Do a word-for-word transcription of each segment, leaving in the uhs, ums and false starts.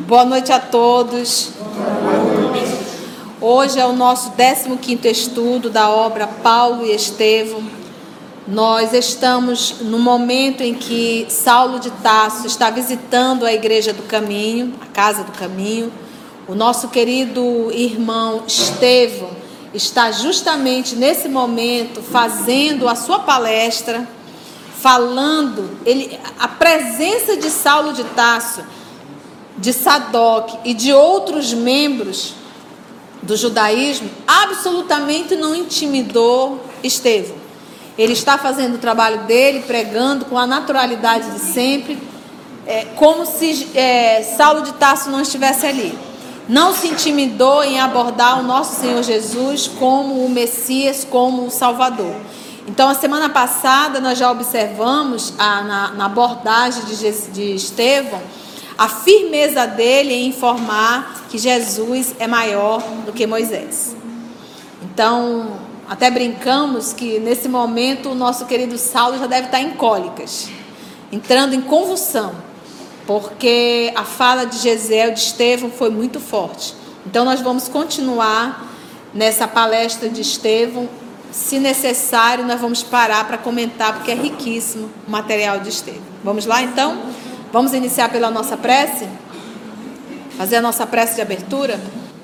Boa noite a todos. Hoje é o nosso décimo quinto estudo da obra Paulo e Estevão. Nós estamos no momento em que Saulo de Tarso está visitando a Igreja do Caminho, a Casa do Caminho. O nosso querido irmão Estevão está justamente nesse momento fazendo a sua palestra, falando, ele, a presença de Saulo de Tarso, de Sadoc e de outros membros do judaísmo absolutamente não intimidou Estevão. Ele está fazendo o trabalho dele, pregando com a naturalidade de sempre, é, como se é, Saulo de Tarso não estivesse ali. Não se intimidou em abordar o nosso Senhor Jesus como o Messias, como o Salvador. Então, a semana passada nós já observamos a, na, na abordagem de, de Estevão, a firmeza dele em informar que Jesus é maior do que Moisés. Então, até brincamos que nesse momento o nosso querido Saulo já deve estar em cólicas, entrando em convulsão, porque a fala de Gesiel, de Estevão, foi muito forte. Então, nós vamos continuar nessa palestra de Estevão. Se necessário, nós vamos parar para comentar, porque é riquíssimo o material de Estevão. Vamos lá, então? Vamos iniciar pela nossa prece? Fazer a nossa prece de abertura?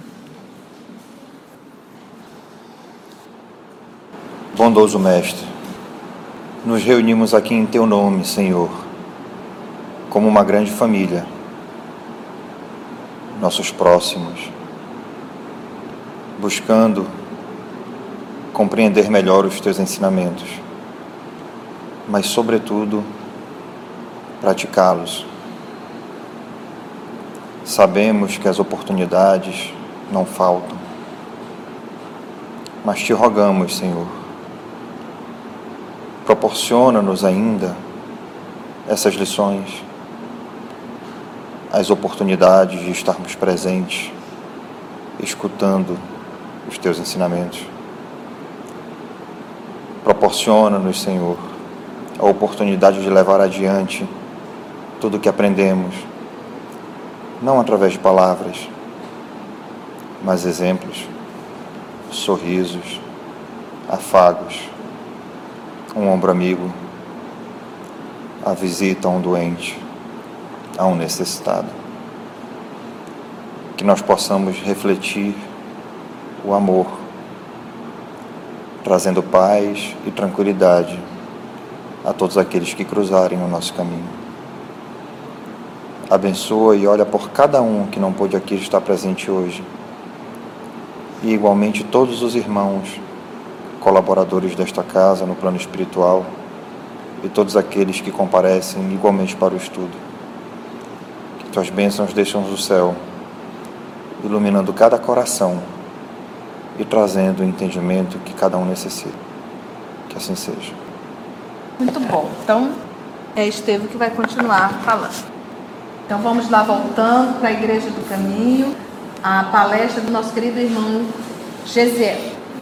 Bondoso Mestre, nos reunimos aqui em Teu nome, Senhor, como uma grande família, nossos próximos, buscando compreender melhor os Teus ensinamentos, mas, sobretudo, praticá-los. Sabemos que as oportunidades não faltam, mas Te rogamos, Senhor, proporciona-nos ainda essas lições, as oportunidades de estarmos presentes, escutando os Teus ensinamentos. Proporciona-nos, Senhor, a oportunidade de levar adiante tudo o que aprendemos, não através de palavras, mas exemplos, sorrisos, afagos, um ombro amigo, a visita a um doente, a um necessitado. Que nós possamos refletir o amor, trazendo paz e tranquilidade a todos aqueles que cruzarem o nosso caminho. Abençoa e olha por cada um que não pôde aqui estar presente hoje. E igualmente todos os irmãos, colaboradores desta casa no plano espiritual, e todos aqueles que comparecem igualmente para o estudo. Que Tuas bênçãos deixam do céu, iluminando cada coração e trazendo o entendimento que cada um necessita. Que assim seja. Muito bom. Então, é Estevão que vai continuar falando. Então, vamos lá, voltando para a Igreja do Caminho, a palestra do nosso querido irmão Gesiel.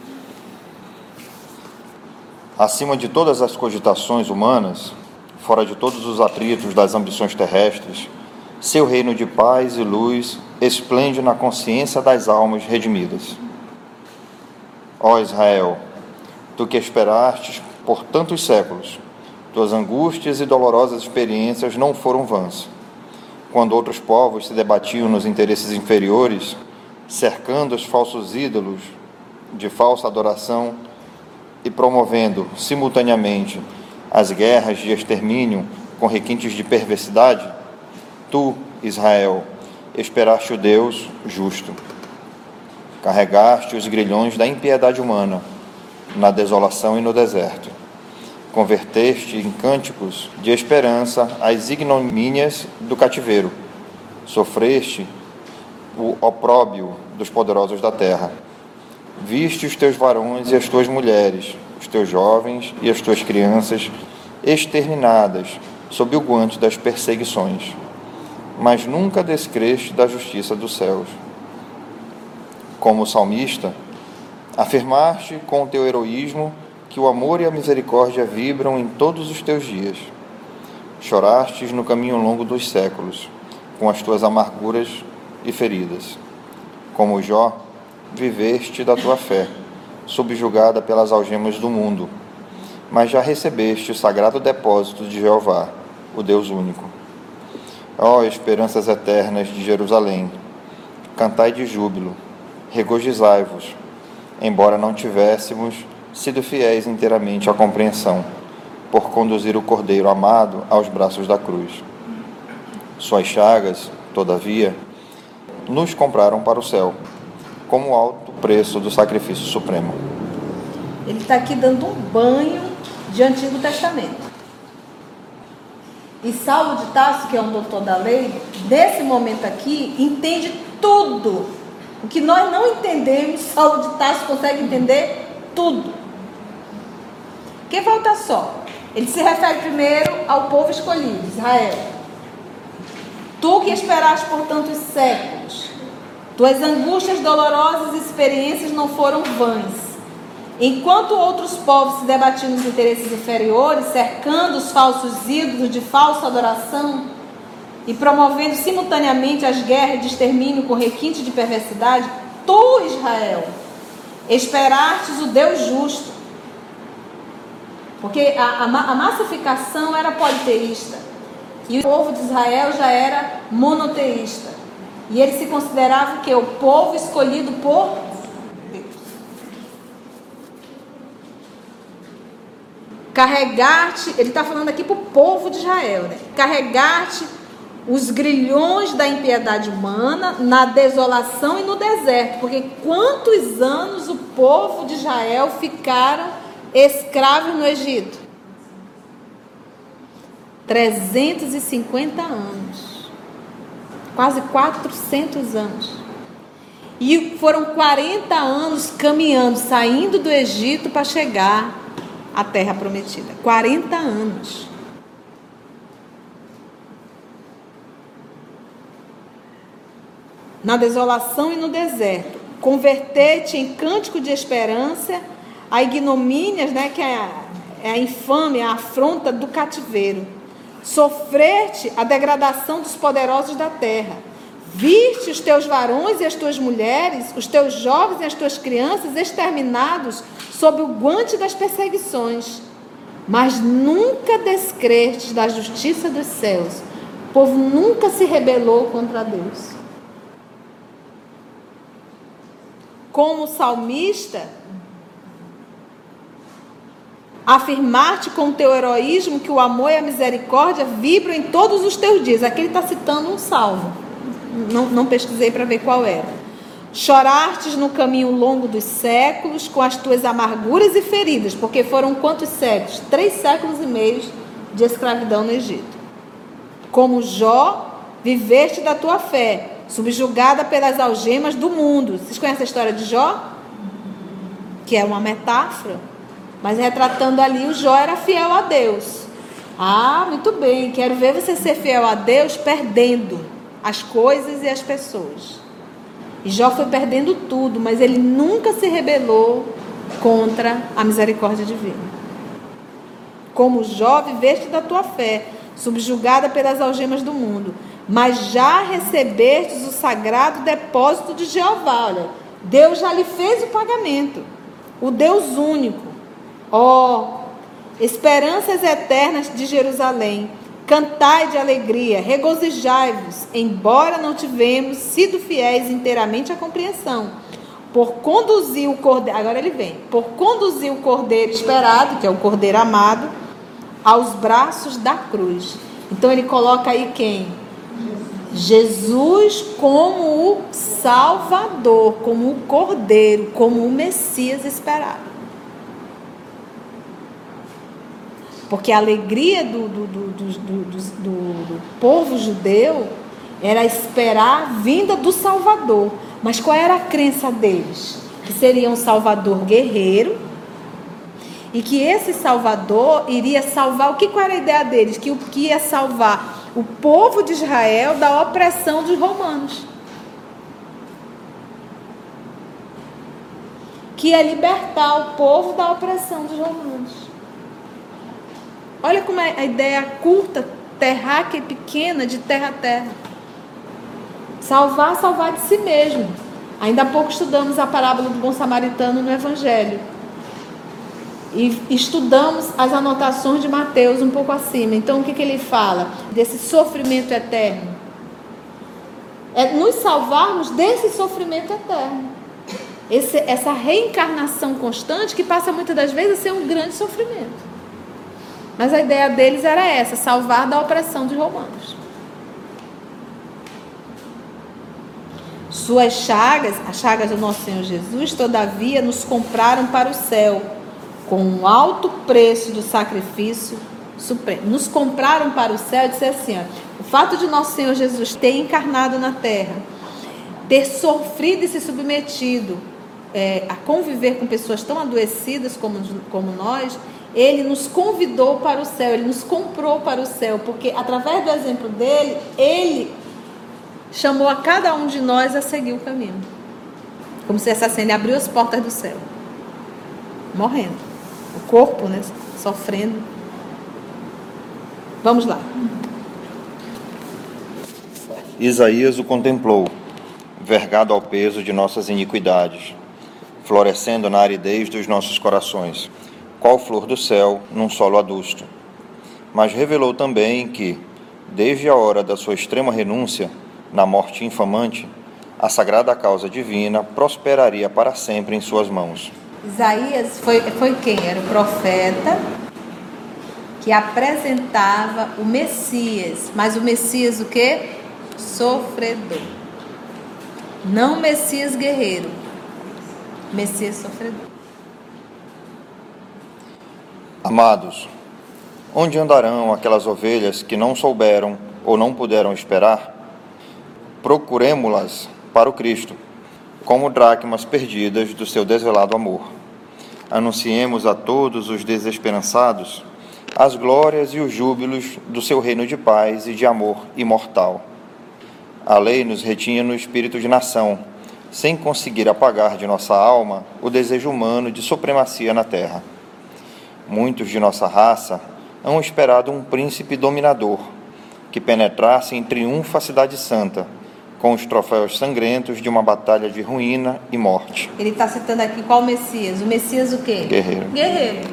Acima de todas as cogitações humanas, fora de todos os atritos das ambições terrestres, seu reino de paz e luz esplende na consciência das almas redimidas. Ó Israel, tu que esperastes por tantos séculos, tuas angústias e dolorosas experiências não foram vãs. Quando outros povos se debatiam nos interesses inferiores, cercando os falsos ídolos de falsa adoração e promovendo, simultaneamente, as guerras de extermínio com requintes de perversidade, tu, Israel, esperaste o Deus justo. Carregaste os grilhões da impiedade humana na desolação e no deserto. Converteste em cânticos de esperança as ignomínias do cativeiro. Sofreste o opróbio dos poderosos da terra. Viste os teus varões e as tuas mulheres, os teus jovens e as tuas crianças exterminadas sob o guante das perseguições, mas nunca descreste da justiça dos céus. Como o salmista, afirmaste com o teu heroísmo que o amor e a misericórdia vibram em todos os teus dias. Chorastes no caminho longo dos séculos, com as tuas amarguras e feridas. Como Jó, viveste da tua fé, subjugada pelas algemas do mundo, mas já recebeste o sagrado depósito de Jeová, o Deus único. Ó esperanças eternas de Jerusalém, cantai de júbilo, regozijai-vos, embora não tivéssemos sido fiéis inteiramente à compreensão, por conduzir o Cordeiro amado aos braços da cruz. Suas chagas, todavia, nos compraram para o céu, como o alto preço do sacrifício supremo. Ele está aqui dando um banho de Antigo Testamento. E Saulo de Tarso, que é um doutor da lei, nesse momento aqui, entende tudo. O que nós não entendemos, Saulo de Tarso consegue entender tudo. Que falta só? Ele se refere primeiro ao povo escolhido, Israel. Tu que esperaste por tantos séculos, tuas angústias dolorosas e experiências não foram vãs. Enquanto outros povos se debatiam nos interesses inferiores, cercando os falsos ídolos de falsa adoração e promovendo simultaneamente as guerras de extermínio com requinte de perversidade, tu, Israel, esperastes o Deus justo. Porque a, a, a massificação era politeísta e o povo de Israel já era monoteísta. E ele se considerava que o povo escolhido por Deus. Carregar-te, ele está falando aqui para o povo de Israel, né? Carregar-te os grilhões da impiedade humana na desolação e no deserto. Porque quantos anos o povo de Israel ficaram escravos no Egito? trezentos e cinquenta anos. Quase quatrocentos anos. E foram quarenta anos caminhando, saindo do Egito para chegar à terra prometida. quarenta anos. Na desolação e no deserto. Converter-te em cântico de esperança a ignomínias, né, que é a, é a infâmia, a afronta do cativeiro. Sofrer-te a degradação dos poderosos da terra. Viste os teus varões e as tuas mulheres, os teus jovens e as tuas crianças exterminados sob o guante das perseguições. Mas nunca descrestes da justiça dos céus. O povo nunca se rebelou contra Deus. Como salmista, afirmar-te com o teu heroísmo que o amor e a misericórdia vibram em todos os teus dias. Aqui ele está citando um salmo. Não, não pesquisei para ver qual era. Chorastes no caminho longo dos séculos, com as tuas amarguras e feridas, porque foram quantos séculos? Três séculos e meio de escravidão no Egito. Como Jó, viveste da tua fé, subjugada pelas algemas do mundo. Vocês conhecem a história de Jó? Que é uma metáfora, mas retratando ali, o Jó era fiel a Deus. Ah, muito bem, quero ver você ser fiel a Deus perdendo as coisas e as pessoas. E Jó foi perdendo tudo, mas ele nunca se rebelou contra a misericórdia divina. Como Jó, viveste da tua fé, subjugada pelas algemas do mundo, mas já recebestes o sagrado depósito de Jeová. Olha, Deus já lhe fez o pagamento, o Deus único. Ó, oh, esperanças eternas de Jerusalém, cantai de alegria, regozijai-vos, embora não tivemos sido fiéis inteiramente à compreensão, por conduzir o cordeiro, agora ele vem, por conduzir o cordeiro esperado, que é o cordeiro amado, aos braços da cruz. Então ele coloca aí quem? Jesus como o Salvador, como o cordeiro, como o Messias esperado. Porque a alegria do, do, do, do, do, do, do povo judeu era esperar a vinda do Salvador. Mas qual era a crença deles? Que seria um Salvador guerreiro e que esse Salvador iria salvar. O que qual era a ideia deles? Que o que ia salvar o povo de Israel da opressão dos romanos. Que ia libertar o povo da opressão dos romanos. Olha como é a ideia curta, terráquea e pequena de terra a terra. Salvar, salvar de si mesmo. Ainda há pouco estudamos a parábola do bom samaritano no Evangelho. E estudamos as anotações de Mateus um pouco acima. Então, o que, que ele fala? Desse sofrimento eterno. É nos salvarmos desse sofrimento eterno. Esse, essa reencarnação constante que passa muitas das vezes a ser um grande sofrimento. Mas a ideia deles era essa, salvar da opressão dos romanos. Suas chagas, as chagas do nosso Senhor Jesus, todavia nos compraram para o céu, com um alto preço do sacrifício supremo. Nos compraram para o céu e disse assim, ó, o fato de nosso Senhor Jesus ter encarnado na terra, ter sofrido e se submetido é, a conviver com pessoas tão adoecidas como, como nós, ele nos convidou para o céu, ele nos comprou para o céu, porque através do exemplo dele, ele chamou a cada um de nós a seguir o caminho. Como se essa cena abriu as portas do céu. Morrendo. O corpo, né, sofrendo. Vamos lá. Isaías o contemplou, vergado ao peso de nossas iniquidades, florescendo na aridez dos nossos corações, qual flor do céu num solo adusto. Mas revelou também que, desde a hora da sua extrema renúncia, na morte infamante, a sagrada causa divina prosperaria para sempre em suas mãos. Isaías foi, foi quem? Era o profeta que apresentava o Messias. Mas o Messias o quê? Sofredor. Não Messias guerreiro. Messias sofredor. Amados, onde andarão aquelas ovelhas que não souberam ou não puderam esperar? Procuremo-las para o Cristo, como dracmas perdidas do seu desvelado amor. Anunciemos a todos os desesperançados as glórias e os júbilos do seu reino de paz e de amor imortal. A lei nos retinha no espírito de nação, sem conseguir apagar de nossa alma o desejo humano de supremacia na terra. Muitos de nossa raça hão esperado um príncipe dominador, que penetrasse em triunfo a cidade santa, com os troféus sangrentos de uma batalha de ruína e morte. Ele está citando aqui qual Messias? O Messias o quê? Guerreiro. Guerreiro.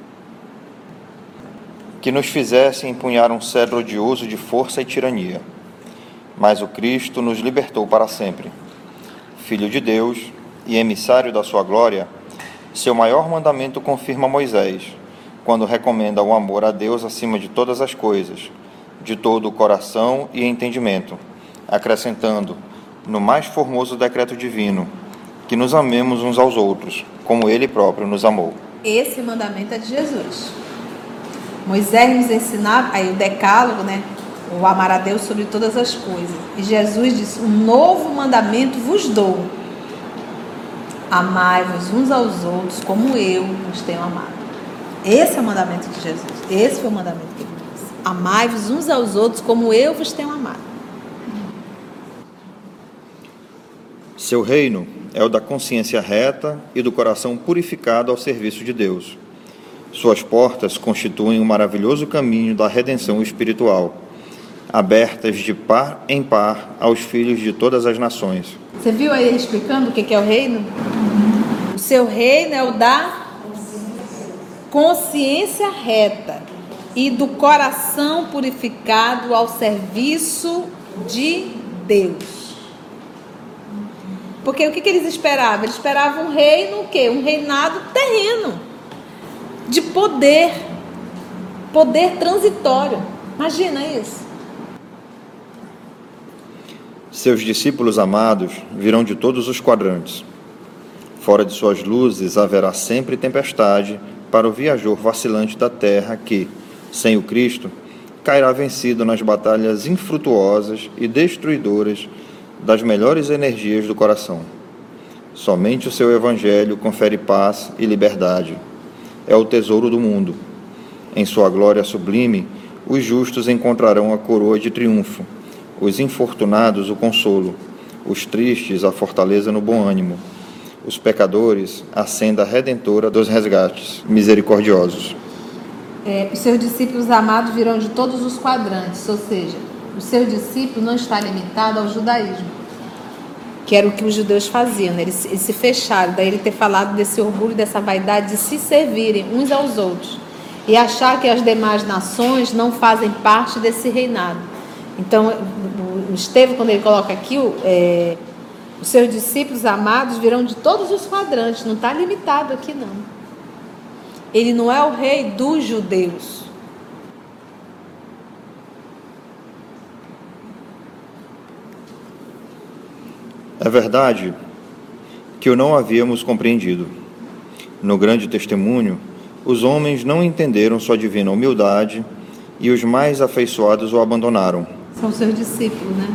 Que nos fizesse empunhar um cedro odioso de força e tirania. Mas o Cristo nos libertou para sempre. Filho de Deus e emissário da sua glória, seu maior mandamento confirma Moisés, quando recomenda o amor a Deus acima de todas as coisas, de todo o coração e entendimento, acrescentando, no mais formoso decreto divino, que nos amemos uns aos outros, como Ele próprio nos amou. Esse mandamento é de Jesus. Moisés nos ensinava, aí o decálogo, né? O amar a Deus sobre todas as coisas. E Jesus disse, um novo mandamento vos dou. Amai-vos uns aos outros como eu vos tenho amado. Esse é o mandamento de Jesus. Esse foi o mandamento que ele disse. Amai-vos uns aos outros como eu vos tenho amado. Seu reino é o da consciência reta e do coração purificado ao serviço de Deus. Suas portas constituem um maravilhoso caminho da redenção espiritual, abertas de par em par aos filhos de todas as nações. Você viu aí ele explicando o que é o reino? O seu reino é o da consciência reta e do coração purificado ao serviço de Deus. Porque o que, que eles esperavam? Eles esperavam um reino, o quê? Um reinado terreno, de poder, poder transitório. Imagina isso. Seus discípulos amados virão de todos os quadrantes. Fora de suas luzes haverá sempre tempestade para o viajor vacilante da terra que, sem o Cristo, cairá vencido nas batalhas infrutuosas e destruidoras das melhores energias do coração. Somente o seu Evangelho confere paz e liberdade. É o tesouro do mundo. Em sua glória sublime, os justos encontrarão a coroa de triunfo, os infortunados o consolo, os tristes a fortaleza no bom ânimo, os pecadores a senda redentora dos resgates misericordiosos. É, os seus discípulos amados virão de todos os quadrantes, ou seja, o seu discípulo não está limitado ao judaísmo. que era o que os judeus faziam, né? eles, eles se fecharam, daí ele ter falado desse orgulho, dessa vaidade de se servirem uns aos outros e achar que as demais nações não fazem parte desse reinado. Então o Estevão, quando ele coloca aqui, é, os seus discípulos amados virão de todos os quadrantes, não está limitado aqui não. Ele não é o rei dos judeus. É verdade que o não havíamos compreendido. No grande testemunho, os homens não entenderam sua divina humildade e os mais afeiçoados o abandonaram. São seus discípulos, né?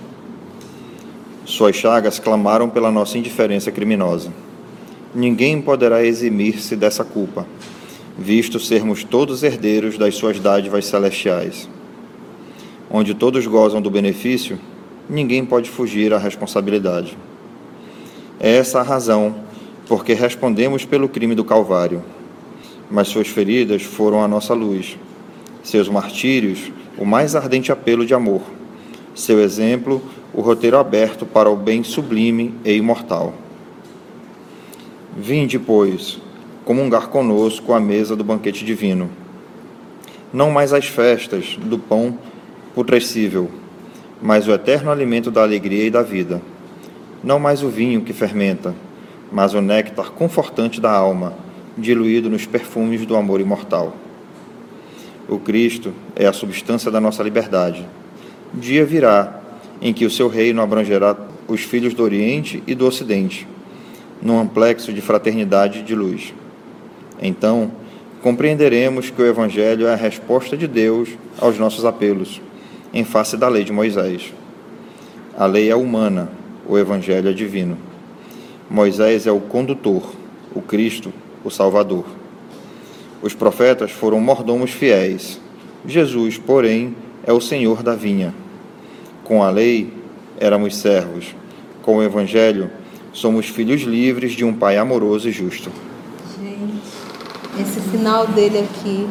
Suas chagas clamaram pela nossa indiferença criminosa. Ninguém poderá eximir-se dessa culpa, visto sermos todos herdeiros das suas dádivas celestiais. Onde todos gozam do benefício, ninguém pode fugir à responsabilidade. É essa a razão porque respondemos pelo crime do Calvário, mas suas feridas foram a nossa luz, seus martírios, o mais ardente apelo de amor, seu exemplo, o roteiro aberto para o bem sublime e imortal. Vinde, pois, comungar conosco à mesa do banquete divino. Não mais as festas do pão putrescível, mas o eterno alimento da alegria e da vida. Não mais o vinho que fermenta, mas o néctar confortante da alma, diluído nos perfumes do amor imortal. O Cristo é a substância da nossa liberdade. Dia virá em que o seu reino abrangerá os filhos do Oriente e do Ocidente, num amplexo de fraternidade e de luz. Então, compreenderemos que o Evangelho é a resposta de Deus aos nossos apelos, em face da lei de Moisés. A lei é humana, o Evangelho é divino. Moisés é o condutor, o Cristo, o Salvador. Os profetas foram mordomos fiéis. Jesus, porém, é o Senhor da vinha. Com a lei, éramos servos. Com o Evangelho, somos filhos livres de um Pai amoroso e justo. Gente, esse final dele aqui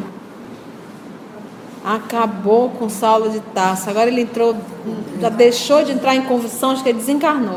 acabou com Saulo de Tarso. Agora ele entrou, já deixou de entrar em convulsão, acho que ele desencarnou.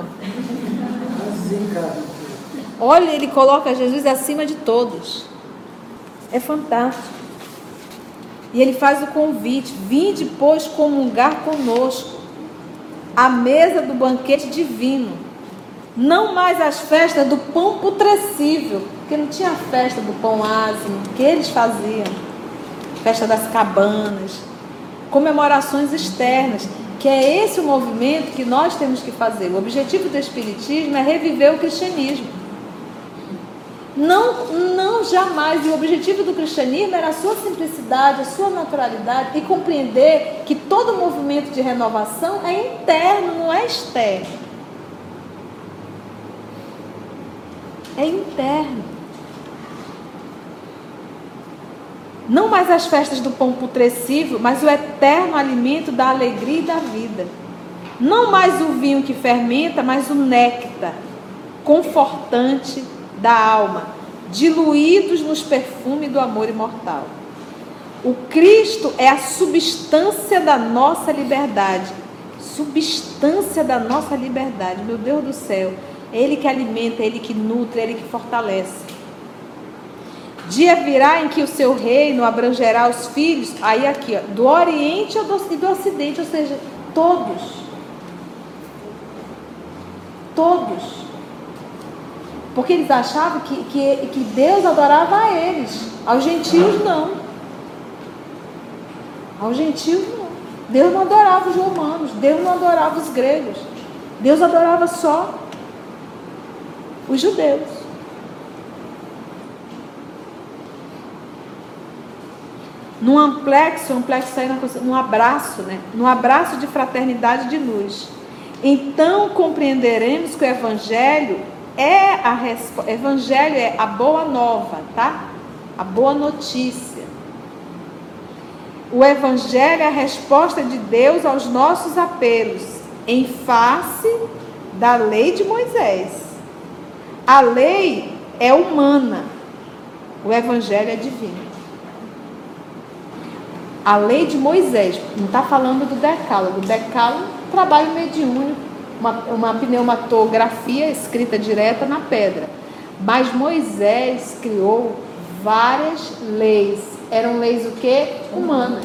Olha, ele coloca Jesus acima de todos. É fantástico. E ele faz o convite: vinde, pois, comungar conosco à mesa do banquete divino. Não mais as festas do pão putrescível, porque não tinha festa do pão ázimo, que eles faziam. Festa das cabanas, comemorações externas, que é esse o movimento que nós temos que fazer. O objetivo do Espiritismo é reviver o cristianismo. Não, não jamais. E o objetivo do cristianismo era a sua simplicidade, a sua naturalidade, e compreender que todo movimento de renovação é interno, não é externo. É interno. Não mais as festas do pão putrescível, mas o eterno alimento da alegria e da vida. Não mais o vinho que fermenta, mas o néctar confortante da alma, diluídos nos perfumes do amor imortal. O Cristo é a substância da nossa liberdade. Substância da nossa liberdade. Meu Deus do céu. É Ele que alimenta, é Ele que nutre, é Ele que fortalece. Dia virá em que o seu reino abrangerá os filhos, aí aqui, ó, do Oriente e do Ocidente, ou seja, todos. Todos. Porque eles achavam que, que, que Deus adorava a eles, aos gentios não. Aos gentios não. Deus não adorava os romanos, Deus não adorava os gregos, Deus adorava só os judeus. Num amplexo, amplexo aí num abraço, né? Num abraço de fraternidade e de luz. Então compreenderemos que o Evangelho é a resposta. Evangelho é a boa nova, tá? A boa notícia. O Evangelho é a resposta de Deus aos nossos apelos, em face da lei de Moisés. A lei é humana, o Evangelho é divino. A lei de Moisés, não está falando do decálogo. O decálogo, trabalho mediúnico, uma, uma pneumatografia escrita direta na pedra. Mas Moisés criou várias leis. Eram leis o quê? Humanas.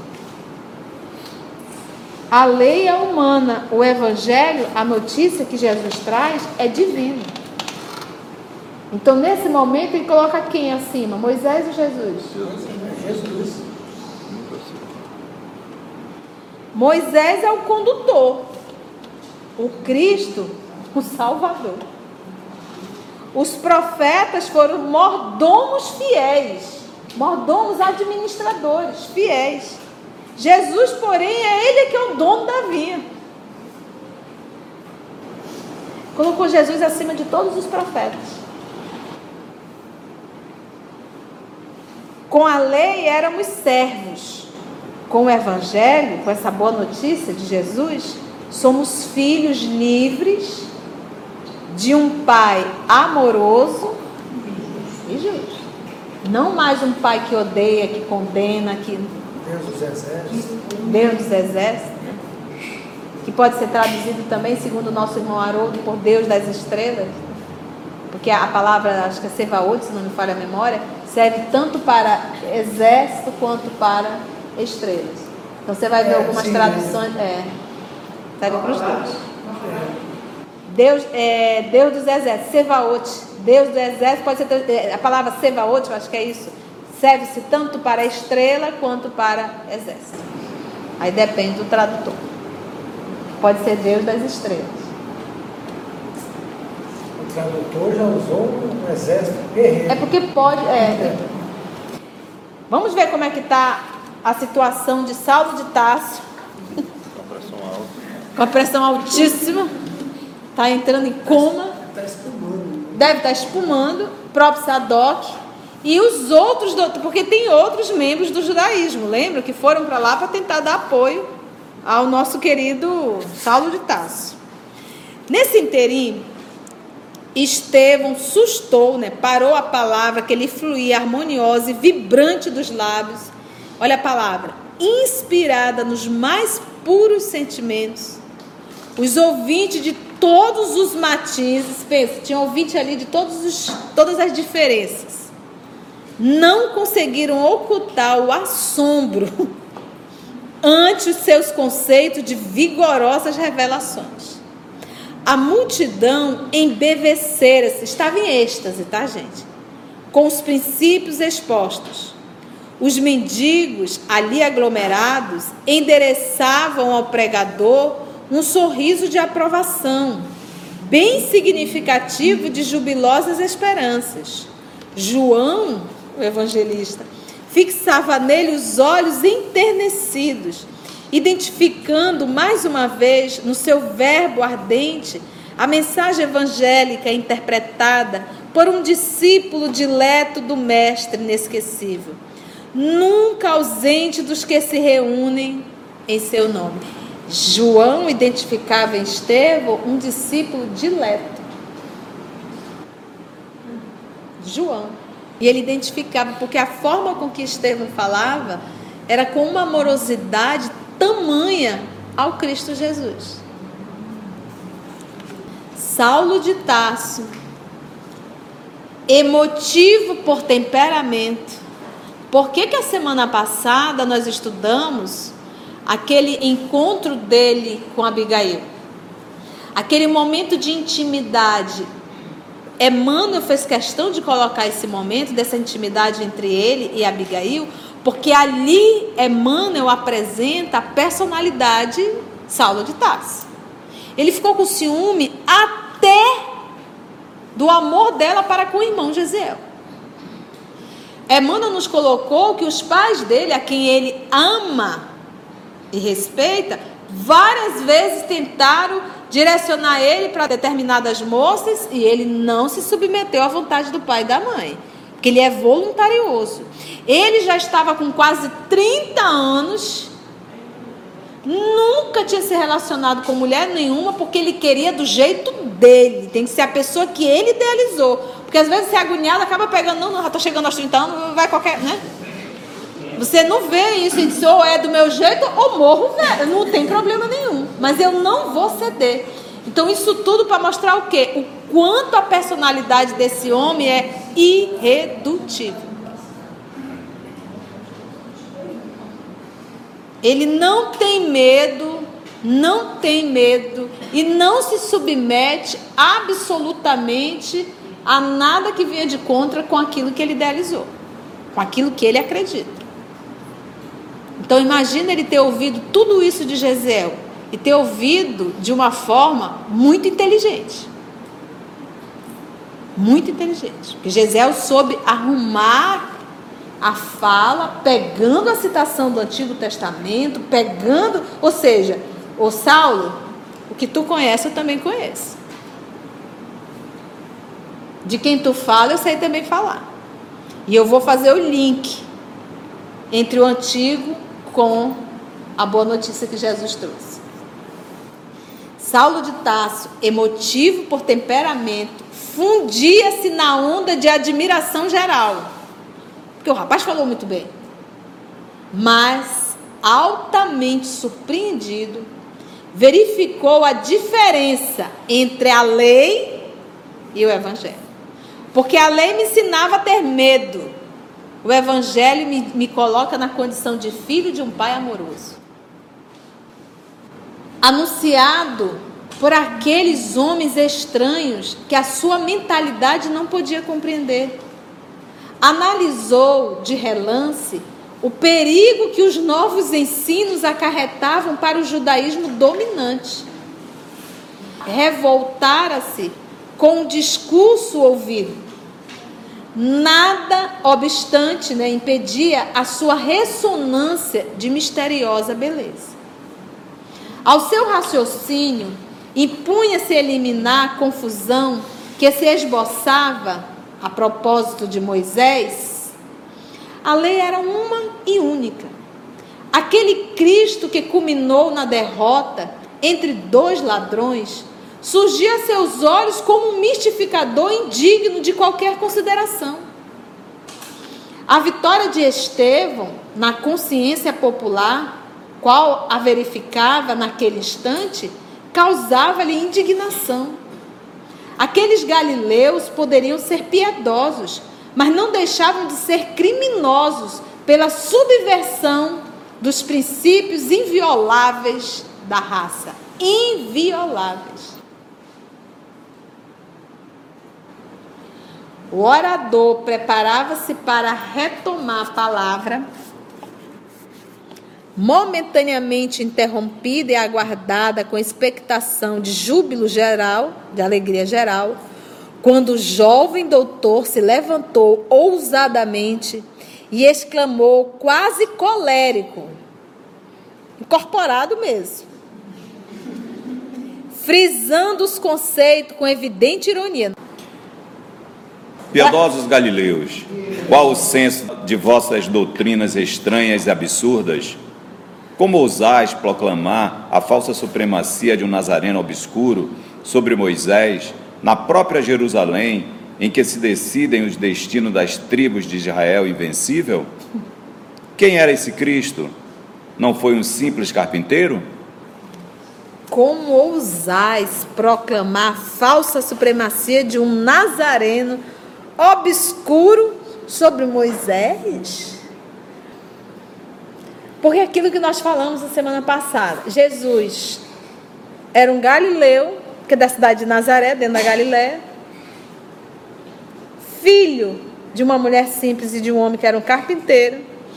A lei é humana. O evangelho, a notícia que Jesus traz, é divina. Então, nesse momento, ele coloca quem acima? Moisés ou Jesus? Jesus. Moisés é o condutor. O Cristo, o Salvador. Os profetas foram mordomos fiéis. Mordomos administradores fiéis. Jesus, porém, é ele que é o dono da vinha. Colocou Jesus acima de todos os profetas. Com a lei éramos servos. Com o evangelho, com essa boa notícia de Jesus, somos filhos livres de um pai amoroso e justo. Não mais um pai que odeia, que condena, que... Deus dos exércitos. Deus dos exércitos, né? Que pode ser traduzido também, segundo o nosso irmão Haroldo, por Deus das estrelas. Porque a palavra, acho que é Sevaot, se não me falha a memória, serve tanto para exército quanto para estrelas. Então você vai ver É, algumas sim, traduções, é, serve para os dois. Deus, é, Deus dos exércitos, Sevaot, Deus do exército, pode ser a palavra Sevaot, eu acho que é isso, serve-se tanto para estrela quanto para exército. Aí depende do tradutor. Pode ser Deus das estrelas. O tradutor já usou um exército guerreiro. É porque pode. É. Vamos ver como é que está a situação de Saulo de Tarso. Com pressão alta. Com a pressão altíssima. Está entrando em coma. Está espumando. Deve estar espumando. O próprio Sadoc. E os outros, porque tem outros membros do judaísmo, lembra? Que foram para lá para tentar dar apoio ao nosso querido Saulo de Tarso. Nesse interim, Estevão sustou, né? Parou a palavra que lhe fluía harmoniosa e vibrante dos lábios. Olha a palavra, inspirada nos mais puros sentimentos. Os ouvintes de todos os matizes, pensa, tinha ouvinte ali de todos os, todas as diferenças. Não conseguiram ocultar o assombro ante os seus conceitos de vigorosas revelações. A multidão embevecera-se, estava em êxtase, tá, gente? Com os princípios expostos. Os mendigos ali aglomerados endereçavam ao pregador um sorriso de aprovação, bem significativo de jubilosas esperanças. João, o evangelista, fixava nele os olhos enternecidos, identificando mais uma vez no seu verbo ardente a mensagem evangélica interpretada por um discípulo dileto do mestre inesquecível, nunca ausente dos que se reúnem em seu nome. João identificava em Estevão um discípulo dileto. João. E ele identificava, porque a forma com que Estevão falava era com uma amorosidade tamanha ao Cristo Jesus. Saulo de Tarso, emotivo por temperamento. Por que que a semana passada nós estudamos aquele encontro dele com Abigail? Aquele momento de intimidade. Emmanuel fez questão de colocar esse momento dessa intimidade entre ele e Abigail, porque ali Emmanuel apresenta a personalidade Saulo de Tarso. Ele ficou com ciúme até do amor dela para com o irmão Gesiel. Emmanuel nos colocou que os pais dele, a quem ele ama e respeita, várias vezes tentaram direcionar ele para determinadas moças e ele não se submeteu à vontade do pai e da mãe, porque ele é voluntarioso. Ele já estava com quase trinta anos, nunca tinha se relacionado com mulher nenhuma, porque ele queria do jeito dele, tem que ser a pessoa que ele idealizou, porque às vezes se agoniado acaba pegando, não, não, já estou chegando aos trinta anos, vai qualquer, né? Você não vê isso e diz, ou é do meu jeito ou morro velho, não tem problema nenhum, mas eu não vou ceder. Então isso tudo para mostrar o quê? O quanto a personalidade desse homem é irredutível. Ele não tem medo, não tem medo e não se submete absolutamente a nada que venha de contra com aquilo que ele idealizou, com aquilo que ele acredita. Então imagina ele ter ouvido tudo isso de Jezeel e ter ouvido de uma forma muito inteligente. Muito inteligente. Porque Jezeel soube arrumar a fala, pegando a citação do Antigo Testamento, pegando, ou seja, ô Saulo, o que tu conhece eu também conheço. De quem tu fala eu sei também falar. E eu vou fazer o link entre o Antigo com a boa notícia que Jesus trouxe. Saulo de Tarso, emotivo por temperamento, fundia-se na onda de admiração geral. Porque o rapaz falou muito bem. Mas, altamente surpreendido, verificou a diferença entre a lei e o evangelho. Porque a lei me ensinava a ter medo. O evangelho me, me coloca na condição de filho de um pai amoroso. Anunciado por aqueles homens estranhos que a sua mentalidade não podia compreender. Analisou de relance o perigo que os novos ensinos acarretavam para o judaísmo dominante. Revoltara-se com o discurso ouvido. Nada obstante, né, impedia a sua ressonância de misteriosa beleza. Ao seu raciocínio, impunha-se eliminar a confusão que se esboçava a propósito de Moisés. A lei era uma e única. Aquele Cristo que culminou na derrota entre dois ladrões surgia a seus olhos como um mistificador indigno de qualquer consideração. A vitória de Estevão na consciência popular, qual a verificava naquele instante, causava-lhe indignação. Aqueles galileus poderiam ser piedosos, mas não deixavam de ser criminosos pela subversão dos princípios invioláveis da raça. Invioláveis. O orador preparava-se para retomar a palavra, momentaneamente interrompida e aguardada com expectação de júbilo geral, de alegria geral, quando o jovem doutor se levantou ousadamente e exclamou quase colérico, incorporado mesmo, frisando os conceitos com evidente ironia. Piedosos galileus, qual o senso de vossas doutrinas estranhas e absurdas? Como ousais proclamar a falsa supremacia de um nazareno obscuro sobre Moisés, na própria Jerusalém, em que se decidem os destinos das tribos de Israel invencível? Quem era esse Cristo? Não foi um simples carpinteiro? Como ousais proclamar a falsa supremacia de um nazareno obscuro sobre Moisés? Porque aquilo que nós falamos na semana passada, Jesus era um galileu, que é da cidade de Nazaré, dentro da Galiléia, filho de uma mulher simples e de um homem que era um carpinteiro.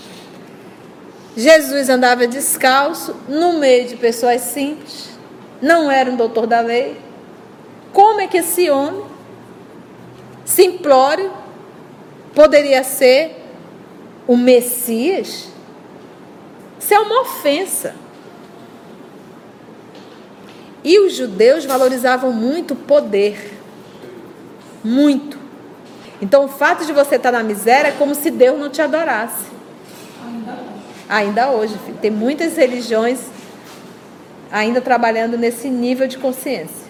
Jesus andava descalço, no meio de pessoas simples, não era um doutor da lei. Como é que esse homem, simplório, poderia ser o Messias? Isso é uma ofensa. E os judeus valorizavam muito o poder. Muito. Então o fato de você estar na miséria é como se Deus não te adorasse. Ainda hoje, filho. Tem muitas religiões ainda trabalhando nesse nível de consciência.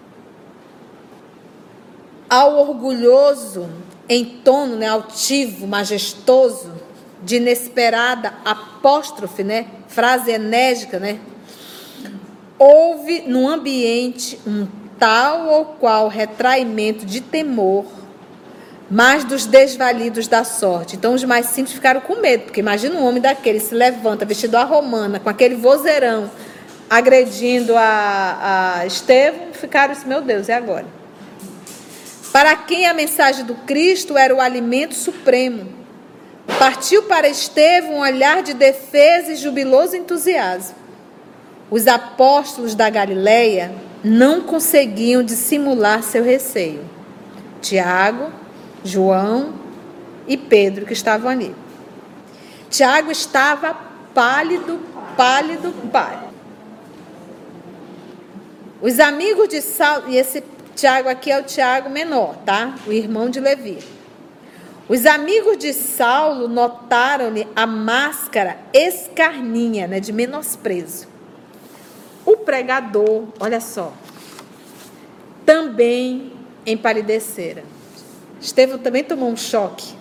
Ao orgulhoso, em tono, né, altivo, majestoso, de inesperada apóstrofe, né, frase enérgica, né, houve no ambiente um tal ou qual retraimento de temor, mas dos desvalidos da sorte. Então os mais simples ficaram com medo, porque imagina um homem daquele se levanta vestido à romana, com aquele vozeirão, agredindo a, a Estevão, ficaram assim, meu Deus, e agora? Para quem a mensagem do Cristo era o alimento supremo, partiu para Estevão um olhar de defesa e jubiloso entusiasmo. Os apóstolos da Galileia não conseguiam dissimular seu receio. Tiago, João e Pedro, que estavam ali. Tiago estava pálido, pálido, pálido. Os amigos de Saulo, e esse Tiago aqui é o Tiago menor, tá? O irmão de Levi. Os amigos de Saulo notaram-lhe a máscara escarninha, né, de menosprezo. O pregador, olha só, também empalidecera. Estevão também tomou um choque.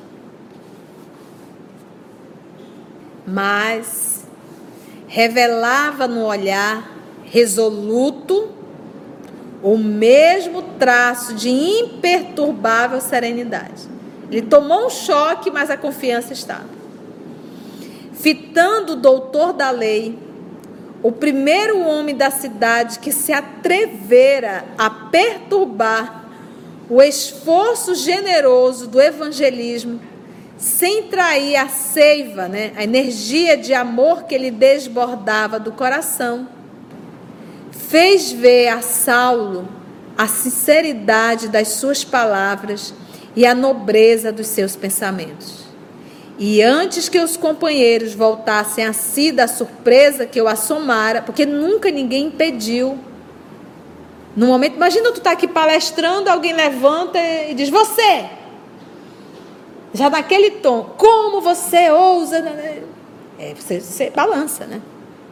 Mas revelava no olhar resoluto o mesmo traço de imperturbável serenidade. Ele tomou um choque, mas a confiança estava. Fitando o doutor da lei, o primeiro homem da cidade que se atrevera a perturbar o esforço generoso do evangelismo, sem trair a seiva, né, a energia de amor que lhe desbordava do coração, fez ver a Saulo a sinceridade das suas palavras e a nobreza dos seus pensamentos. E antes que os companheiros voltassem a si da surpresa que o assomara, porque nunca ninguém impediu. No momento, imagina tu tá aqui palestrando, alguém levanta e diz, você, já naquele tom, como você ousa, é, você, você balança, né?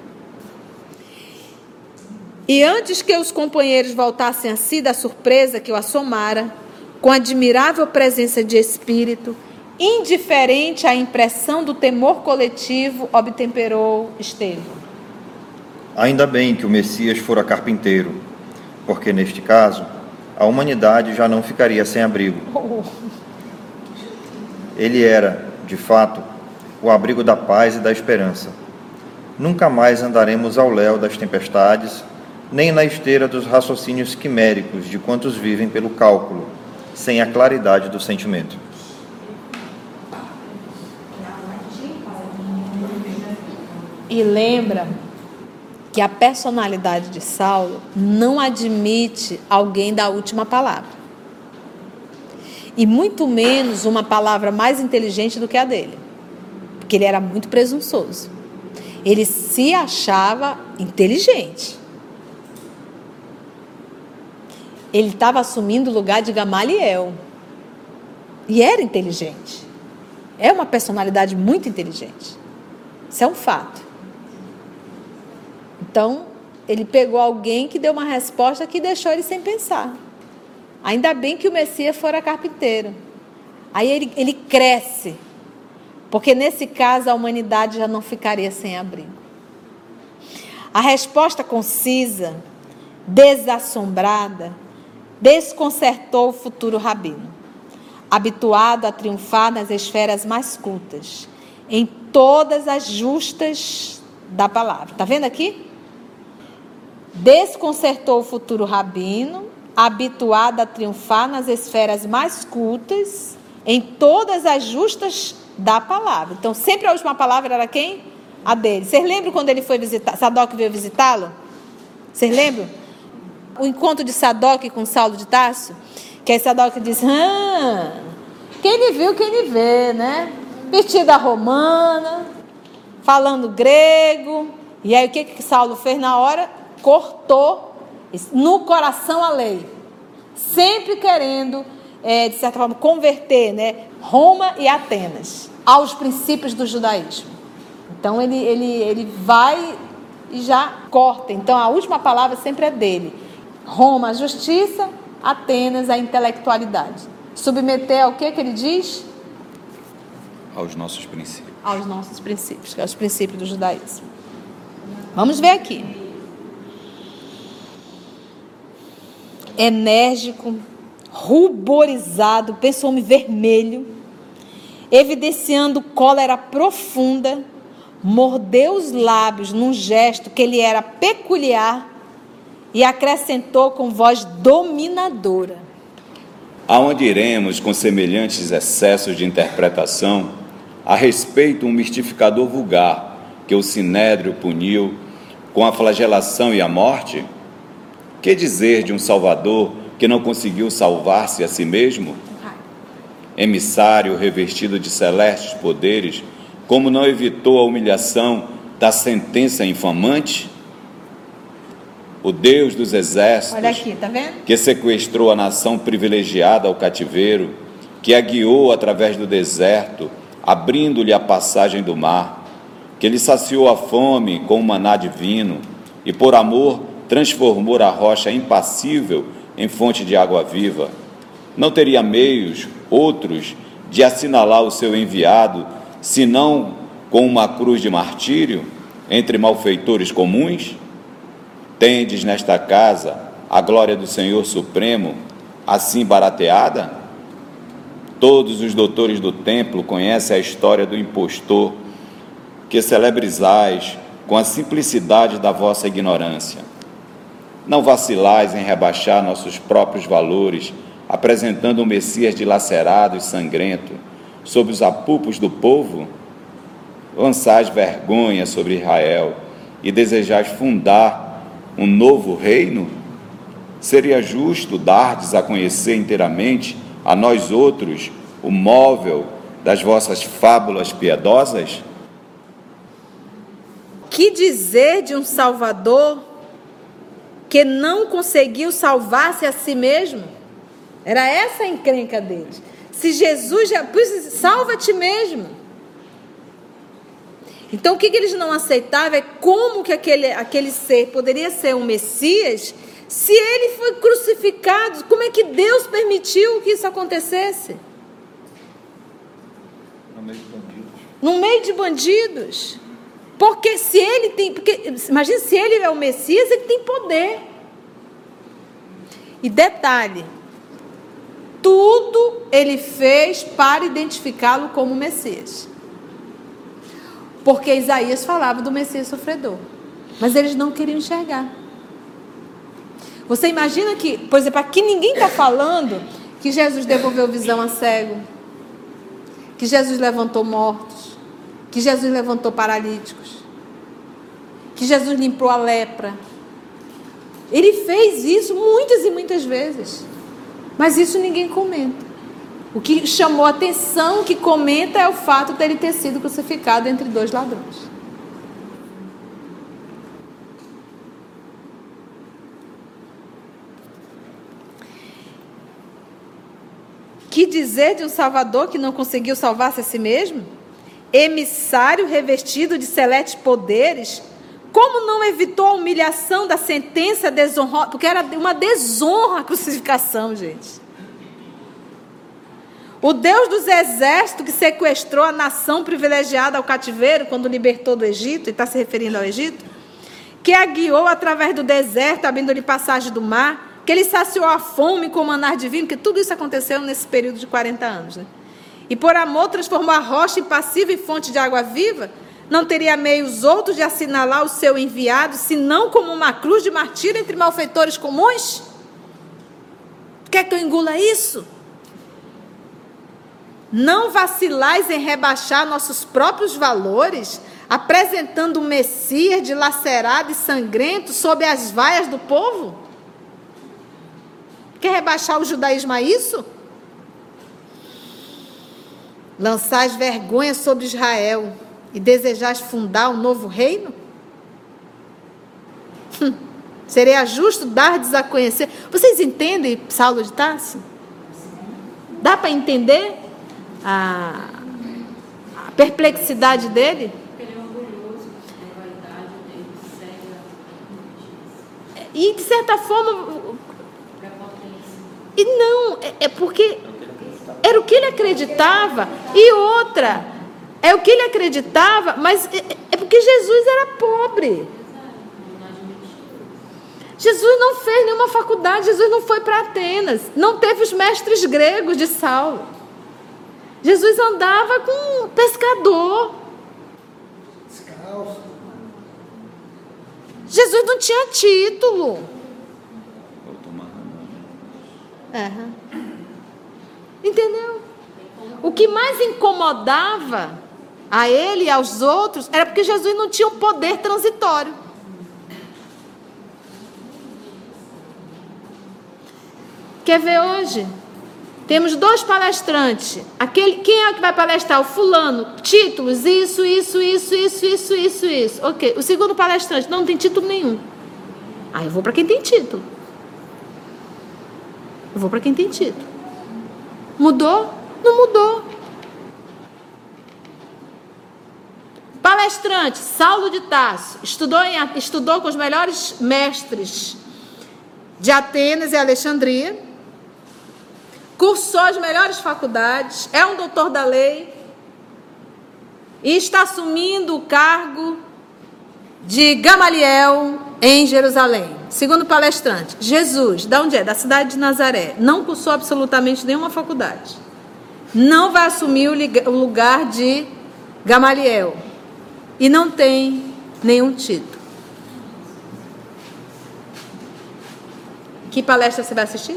E antes que os companheiros voltassem a si da surpresa que o assomara, com admirável presença de espírito, indiferente à impressão do temor coletivo, obtemperou Estevão. Ainda bem que o Messias fora carpinteiro, porque neste caso, a humanidade já não ficaria sem abrigo. Ele era, de fato, o abrigo da paz e da esperança. Nunca mais andaremos ao léu das tempestades, nem na esteira dos raciocínios quiméricos de quantos vivem pelo cálculo, sem a claridade do sentimento. E lembra que a personalidade de Saulo não admite alguém da última palavra. E muito menos uma palavra mais inteligente do que a dele. Porque ele era muito presunçoso. Ele se achava inteligente. Ele estava assumindo o lugar de Gamaliel. E era inteligente. É uma personalidade muito inteligente. Isso é um fato. Então, ele pegou alguém que deu uma resposta que deixou ele sem pensar. Ainda bem que o Messias fora carpinteiro. Aí ele, ele cresce. Porque nesse caso a humanidade já não ficaria sem abrigo. A resposta concisa, desassombrada, desconcertou o futuro rabino, habituado a triunfar nas esferas mais cultas, em todas as justas da palavra. Está vendo aqui? Desconcertou o futuro rabino, habituado a triunfar nas esferas mais cultas, em todas as justas da palavra. Então, sempre a última palavra era quem? A dele. Vocês lembram quando ele foi visitar, Sadoc veio visitá-lo? Vocês lembram? O encontro de Sadoc com Saulo de Tarso? Que aí Sadoc disse, ah, quem lhe viu, quem lhe vê, né? Vestida romana, falando grego. E aí o que que Saulo fez na hora? Cortou no coração a lei. Sempre querendo, é, de certa forma, converter, né, Roma e Atenas aos princípios do judaísmo. Então ele, ele, ele vai e já corta. Então a última palavra sempre é dele. Roma, a justiça, Atenas, a intelectualidade. Submeter ao que que ele diz? Aos nossos princípios. Aos nossos princípios, que é os princípios do judaísmo. Vamos ver aqui. enérgico, ruborizado, pensa um homem vermelho, evidenciando cólera profunda, mordeu os lábios num gesto que lhe era peculiar e acrescentou com voz dominadora: Aonde iremos com semelhantes excessos de interpretação a respeito um mistificador vulgar que o Sinédrio puniu com a flagelação e a morte? Que dizer de um Salvador que não conseguiu salvar-se a si mesmo? Emissário revestido de celestes poderes, como não evitou a humilhação da sentença infamante? O Deus dos exércitos, olha aqui, tá vendo? Que sequestrou a nação privilegiada ao cativeiro, que a guiou através do deserto, abrindo-lhe a passagem do mar, que lhe saciou a fome com o maná divino e, por amor, transformou a rocha impassível em fonte de água viva, não teria meios, outros, de assinalar o seu enviado, senão com uma cruz de martírio entre malfeitores comuns? Tendes nesta casa a glória do Senhor Supremo assim barateada? Todos os doutores do templo conhecem a história do impostor, que celebrizais com a simplicidade da vossa ignorância. Não vacilais em rebaixar nossos próprios valores, apresentando um Messias dilacerado e sangrento sob os apupos do povo? Lançais vergonha sobre Israel e desejais fundar um novo reino? Seria justo dardes a conhecer inteiramente a nós outros o móvel das vossas fábulas piedosas? Que dizer de um Salvador que não conseguiu salvar-se a si mesmo? Era essa a encrenca deles. Se Jesus já... salva a ti mesmo. Então, o que, que eles não aceitavam é como que aquele, aquele ser poderia ser um Messias se ele foi crucificado. Como é que Deus permitiu que isso acontecesse? No meio de bandidos. No meio de bandidos. Porque se ele tem... Porque, imagina, se ele é o Messias, ele tem poder. E detalhe, tudo ele fez para identificá-lo como Messias. Porque Isaías falava do Messias sofredor. Mas eles não queriam enxergar. Você imagina que, por exemplo, aqui ninguém está falando que Jesus devolveu visão a cego, que Jesus levantou mortos, que Jesus levantou paralíticos, que Jesus limpou a lepra. Ele fez isso muitas e muitas vezes. Mas isso ninguém comenta. O que chamou a atenção, que comenta, é o fato de ele ter sido crucificado entre dois ladrões. Que dizer de um Salvador que não conseguiu salvar-se a si mesmo? Emissário revestido de celestes poderes, como não evitou a humilhação da sentença desonrosa? Porque era uma desonra a crucificação, gente. O Deus dos exércitos que sequestrou a nação privilegiada ao cativeiro quando libertou do Egito, e está se referindo ao Egito, que a guiou através do deserto, abrindo-lhe passagem do mar, que ele saciou a fome com o maná divino, que tudo isso aconteceu nesse período de quarenta anos, né? E por amor transformou a rocha impassível em fonte de água viva. Não teria meios outros de assinalar o seu enviado, senão como uma cruz de martírio entre malfeitores comuns? Quer que eu engula isso? Não vacilais em rebaixar nossos próprios valores, apresentando um Messias dilacerado e sangrento sob as vaias do povo? Quer rebaixar o judaísmo a isso? Lançais vergonha sobre Israel e desejais fundar um novo reino? Hum, seria justo dar-lhes a conhecer. Vocês entendem Saulo de Tarso? Dá para entender a, a perplexidade dele? Ele é orgulhoso, a vaidade dele cega. E de certa forma... E não, é, é porque era o que ele acreditava. E outra, é o que ele acreditava, mas é, é porque Jesus era pobre. Jesus não fez nenhuma faculdade, Jesus não foi para Atenas, não teve os mestres gregos de Saulo. Jesus andava com um pescador. Descalço. Jesus não tinha título. Vou tomar É. Entendeu? O que mais incomodava a ele e aos outros era porque Jesus não tinha um poder transitório. Quer ver hoje? Temos dois palestrantes. Aquele, quem é que vai palestrar? O fulano. Títulos, isso, isso, isso, isso, isso, isso, isso. Ok. O segundo palestrante não tem título nenhum. Ah, eu vou para quem tem título. Eu vou para quem tem título. Mudou? Não mudou. Palestrante, Saulo de Tarso, estudou, em, estudou com os melhores mestres de Atenas e Alexandria, cursou as melhores faculdades, é um doutor da lei e está assumindo o cargo de Gamaliel em Jerusalém. Segundo palestrante, Jesus, de onde é? Da cidade de Nazaré, não cursou absolutamente nenhuma faculdade, não vai assumir o lugar de Gamaliel e não tem nenhum título. Que palestra você vai assistir?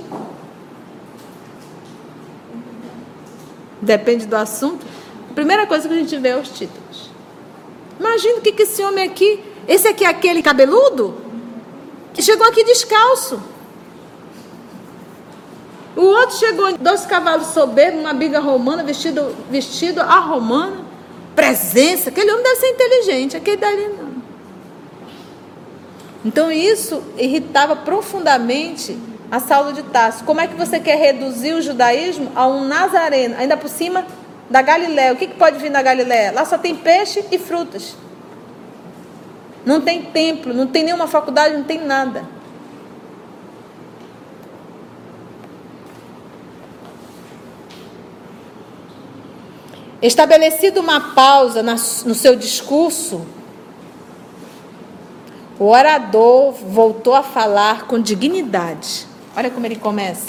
Depende do assunto. A primeira coisa que a gente vê é os títulos. Imagina o que, que esse homem aqui, esse aqui é aquele cabeludo, que chegou aqui descalço. O outro chegou em dois cavalos soberbos, uma biga romana, vestido, vestido a romana, presença. Aquele homem deve ser inteligente, aquele dali não. Então isso irritava profundamente a Saulo de Tarso. Como é que você quer reduzir o judaísmo a um nazareno, ainda por cima da Galiléia? O que, que pode vir da Galiléia? Lá só tem peixe e frutas. Não tem templo, não tem nenhuma faculdade, não tem nada. Estabelecido uma pausa na, no seu discurso, o orador voltou a falar com dignidade. Olha como ele começa.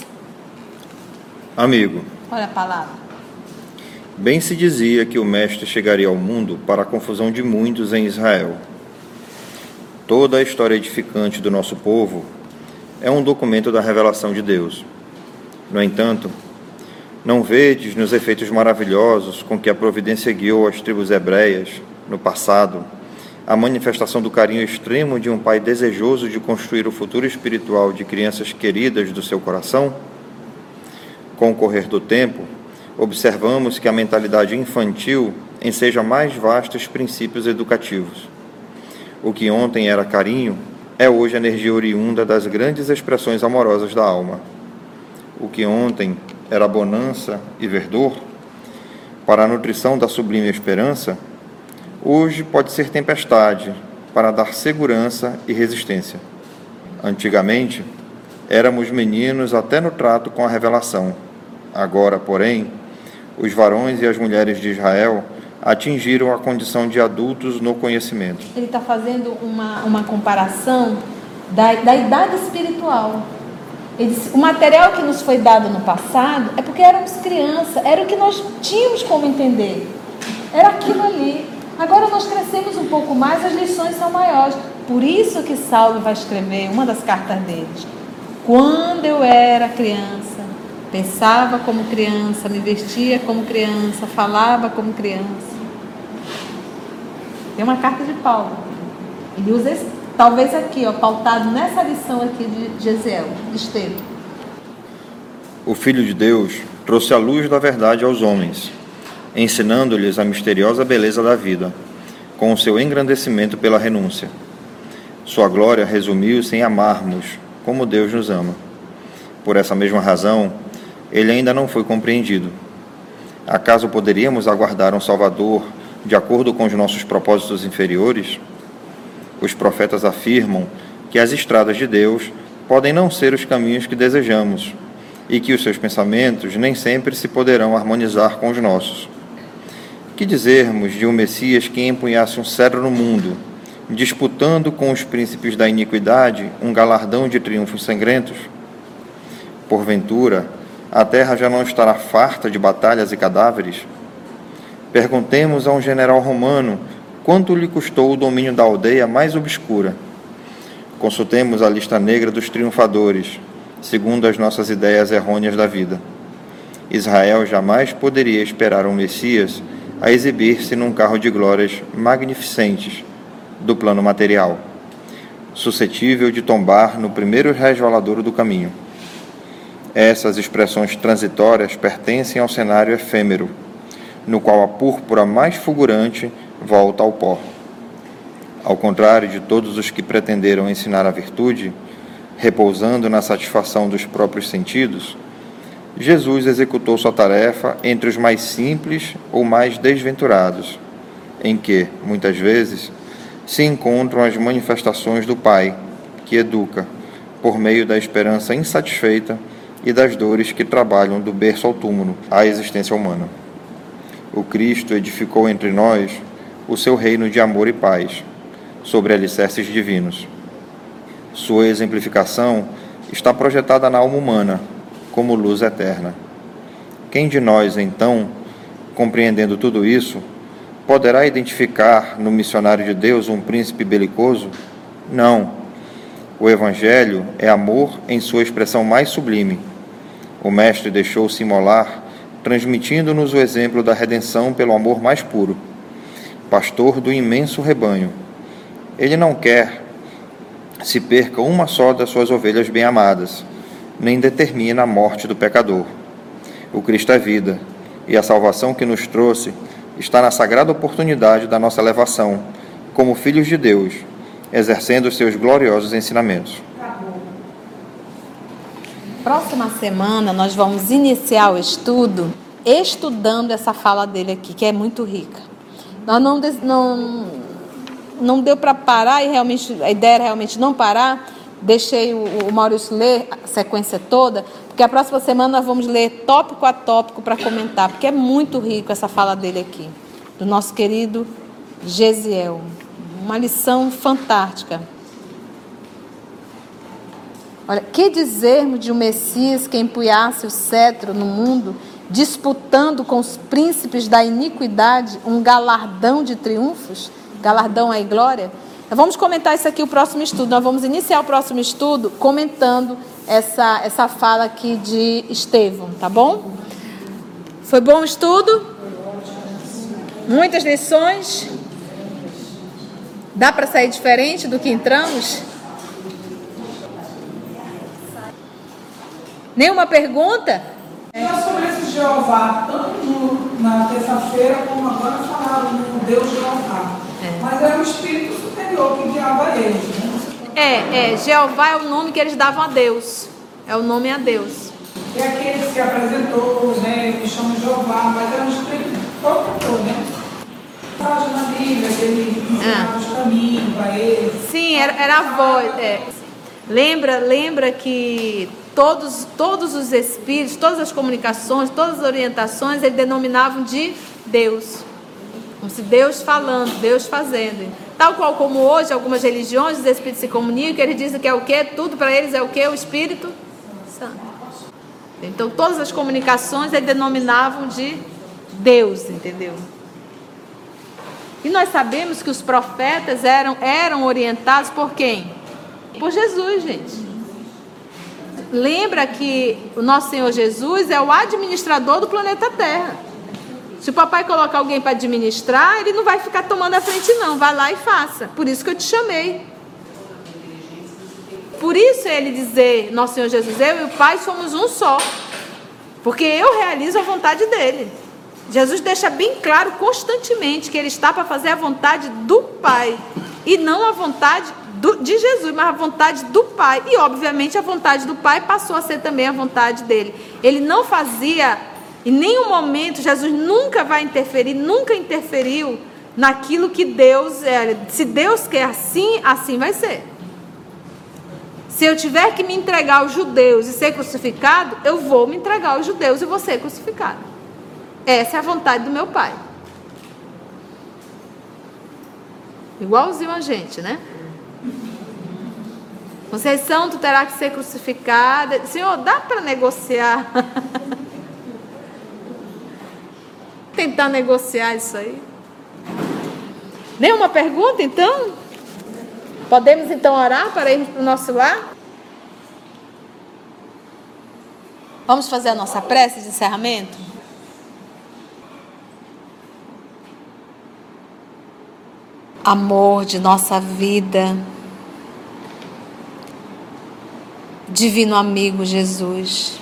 Amigo, Olha a palavra. bem se dizia que o Mestre chegaria ao mundo para a confusão de muitos em Israel. Toda a história edificante do nosso povo é um documento da revelação de Deus. No entanto, não vedes nos efeitos maravilhosos com que a providência guiou as tribos hebreias no passado a manifestação do carinho extremo de um pai desejoso de construir o futuro espiritual de crianças queridas do seu coração? Com o correr do tempo, observamos que a mentalidade infantil enseja mais vastos princípios educativos. O que ontem era carinho é hoje energia oriunda das grandes expressões amorosas da alma. O que ontem era bonança e verdor, para a nutrição da sublime esperança, hoje pode ser tempestade, para dar segurança e resistência. Antigamente, éramos meninos até no trato com a revelação. Agora, porém, os varões e as mulheres de Israel atingiram a condição de adultos no conhecimento. Ele está fazendo uma, uma comparação da, da idade espiritual. Ele disse, o material que nos foi dado no passado é porque éramos crianças, era o que nós tínhamos como entender. Era aquilo ali. Agora nós crescemos um pouco mais, as lições são maiores. Por isso que Saulo vai escrever uma das cartas deles. Quando eu era criança, pensava como criança, me vestia como criança, falava como criança. Tem uma carta de Paulo. Ele usa esse, talvez aqui, ó, pautado nessa lição aqui de Gesiel, de Estevão. O Filho de Deus trouxe a luz da verdade aos homens, ensinando-lhes a misteriosa beleza da vida, com o seu engrandecimento pela renúncia. Sua glória resumiu-se em amarmos, como Deus nos ama. Por essa mesma razão, ele ainda não foi compreendido. Acaso poderíamos aguardar um Salvador de acordo com os nossos propósitos inferiores? Os profetas afirmam que as estradas de Deus podem não ser os caminhos que desejamos e que os seus pensamentos nem sempre se poderão harmonizar com os nossos. Que dizermos de um Messias que empunhasse um cetro no mundo, disputando com os príncipes da iniquidade um galardão de triunfos sangrentos? Porventura, a terra já não estará farta de batalhas e cadáveres? Perguntemos a um general romano quanto lhe custou o domínio da aldeia mais obscura. Consultemos a lista negra dos triunfadores, segundo as nossas ideias errôneas da vida. Israel jamais poderia esperar um Messias a exibir-se num carro de glórias magnificentes do plano material, suscetível de tombar no primeiro resvaladouro do caminho. Essas expressões transitórias pertencem ao cenário efêmero, no qual a púrpura mais fulgurante volta ao pó. Ao contrário de todos os que pretenderam ensinar a virtude, repousando na satisfação dos próprios sentidos, Jesus executou sua tarefa entre os mais simples ou mais desventurados, em que, muitas vezes, se encontram as manifestações do Pai, que educa, por meio da esperança insatisfeita e das dores que trabalham do berço ao túmulo, a existência humana. O Cristo edificou entre nós o seu reino de amor e paz, sobre alicerces divinos. Sua exemplificação está projetada na alma humana, como luz eterna. Quem de nós, então, compreendendo tudo isso, poderá identificar no missionário de Deus um príncipe belicoso? Não. O Evangelho é amor em sua expressão mais sublime. O Mestre deixou-se imolar, transmitindo-nos o exemplo da redenção pelo amor mais puro. Pastor do imenso rebanho, ele não quer se perca uma só das suas ovelhas bem-amadas, nem determina a morte do pecador. O Cristo é vida, e a salvação que nos trouxe está na sagrada oportunidade da nossa elevação, como filhos de Deus, exercendo os seus gloriosos ensinamentos. Próxima semana nós vamos iniciar o estudo estudando essa fala dele aqui, que é muito rica. Nós não, não, não deu para parar, e realmente a ideia era realmente não parar. Deixei o, o Maurício ler a sequência toda, porque a próxima semana nós vamos ler tópico a tópico para comentar, porque é muito rico essa fala dele aqui, do nosso querido Gesiel. Uma lição fantástica. Olha, que dizermos de um Messias que empunhasse o cetro no mundo, disputando com os príncipes da iniquidade um galardão de triunfos? Galardão é glória? Então, vamos comentar isso aqui o próximo estudo. Nós vamos iniciar o próximo estudo comentando essa, essa fala aqui de Estevão, tá bom? Foi bom o estudo? Muitas lições? Dá para sair diferente do que entramos? Nenhuma pergunta? É sobre esse Jeová, tanto no, na terça-feira como agora falaram no Deus Jeová. É. Mas é o espírito superior que guiava eles, né? É, é, Jeová é o nome que eles davam a Deus. É o nome a Deus. E aquele que se apresentou, né, que chama Jeová, mas é um espírito protetor, né? Fala na Bíblia, que ele ensinava ah. os caminhos para eles. Sim, era, era a voz. É. Lembra, lembra que todos, todos os espíritos, todas as comunicações, todas as orientações, eles denominavam de Deus. Como se Deus falando, Deus fazendo. Tal qual como hoje, algumas religiões, os espíritos se comunicam, eles dizem que é o quê? Tudo para eles é o quê? O Espírito Santo. Então, todas as comunicações, eles denominavam de Deus, entendeu? E nós sabemos que os profetas eram, eram orientados por quem? Por Jesus, gente. Lembra que o nosso Senhor Jesus é o administrador do planeta Terra. Se o papai colocar alguém para administrar, ele não vai ficar tomando a frente não, vai lá e faça. Por isso que eu te chamei. Por isso ele dizer, nosso Senhor Jesus, eu e o Pai somos um só. Porque eu realizo a vontade dele. Jesus deixa bem claro constantemente que ele está para fazer a vontade do Pai. E não a vontade do, de Jesus, mas a vontade do Pai. E obviamente a vontade do Pai passou a ser também a vontade dele. Ele não fazia, em nenhum momento, Jesus nunca vai interferir, nunca interferiu naquilo que Deus é. Se Deus quer assim, assim vai ser. Se eu tiver que me entregar aos judeus e ser crucificado, eu vou me entregar aos judeus e vou ser crucificado. Essa é a vontade do meu Pai. Igualzinho a gente, né? Conceição, tu terá que ser crucificada. Senhor, dá para negociar? Tentar negociar isso aí. Nenhuma pergunta, então? Podemos, então, orar para irmos para o nosso lar? Vamos fazer a nossa prece de encerramento? Amor de nossa vida, divino amigo Jesus,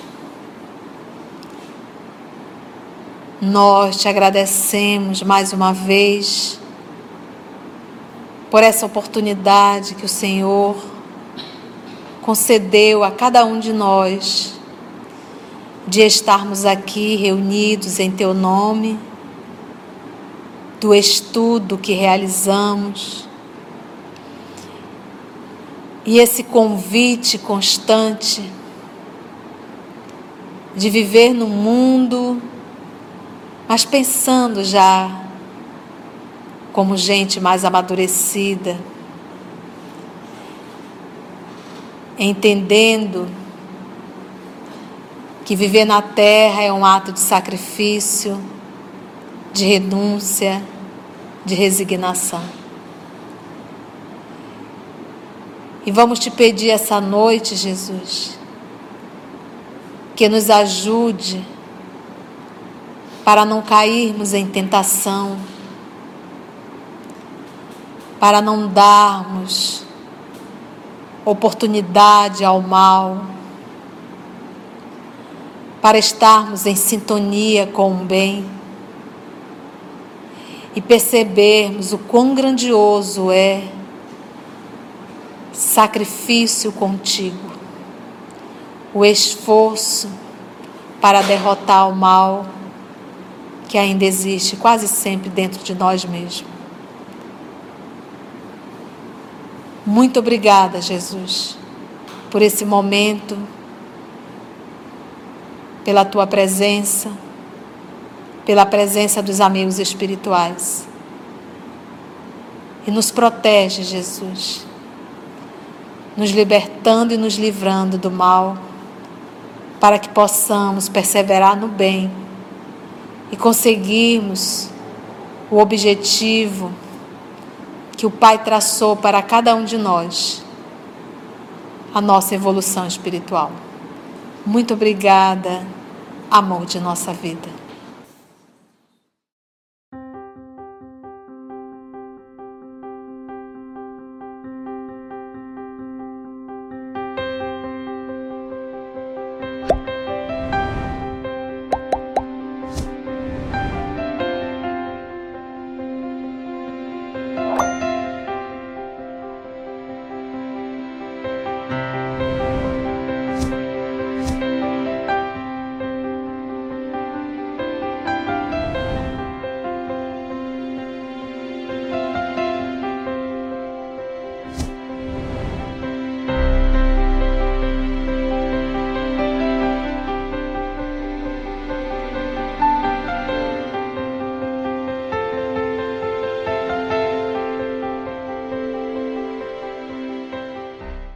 nós te agradecemos mais uma vez por essa oportunidade que o Senhor concedeu a cada um de nós de estarmos aqui reunidos em Teu nome, do estudo que realizamos e esse convite constante de viver no mundo, mas pensando já como gente mais amadurecida, entendendo que viver na terra é um ato de sacrifício, de renúncia, de resignação. E vamos te pedir essa noite, Jesus, que nos ajude para não cairmos em tentação, para não darmos oportunidade ao mal, para estarmos em sintonia com o bem e percebermos o quão grandioso é sacrifício contigo, o esforço para derrotar o mal que ainda existe quase sempre dentro de nós mesmos. Muito obrigada, Jesus, por esse momento, pela tua presença, pela presença dos amigos espirituais. E nos protege, Jesus, nos libertando e nos livrando do mal, para que possamos perseverar no bem e conseguirmos o objetivo que o Pai traçou para cada um de nós, a nossa evolução espiritual. Muito obrigada, amor de nossa vida.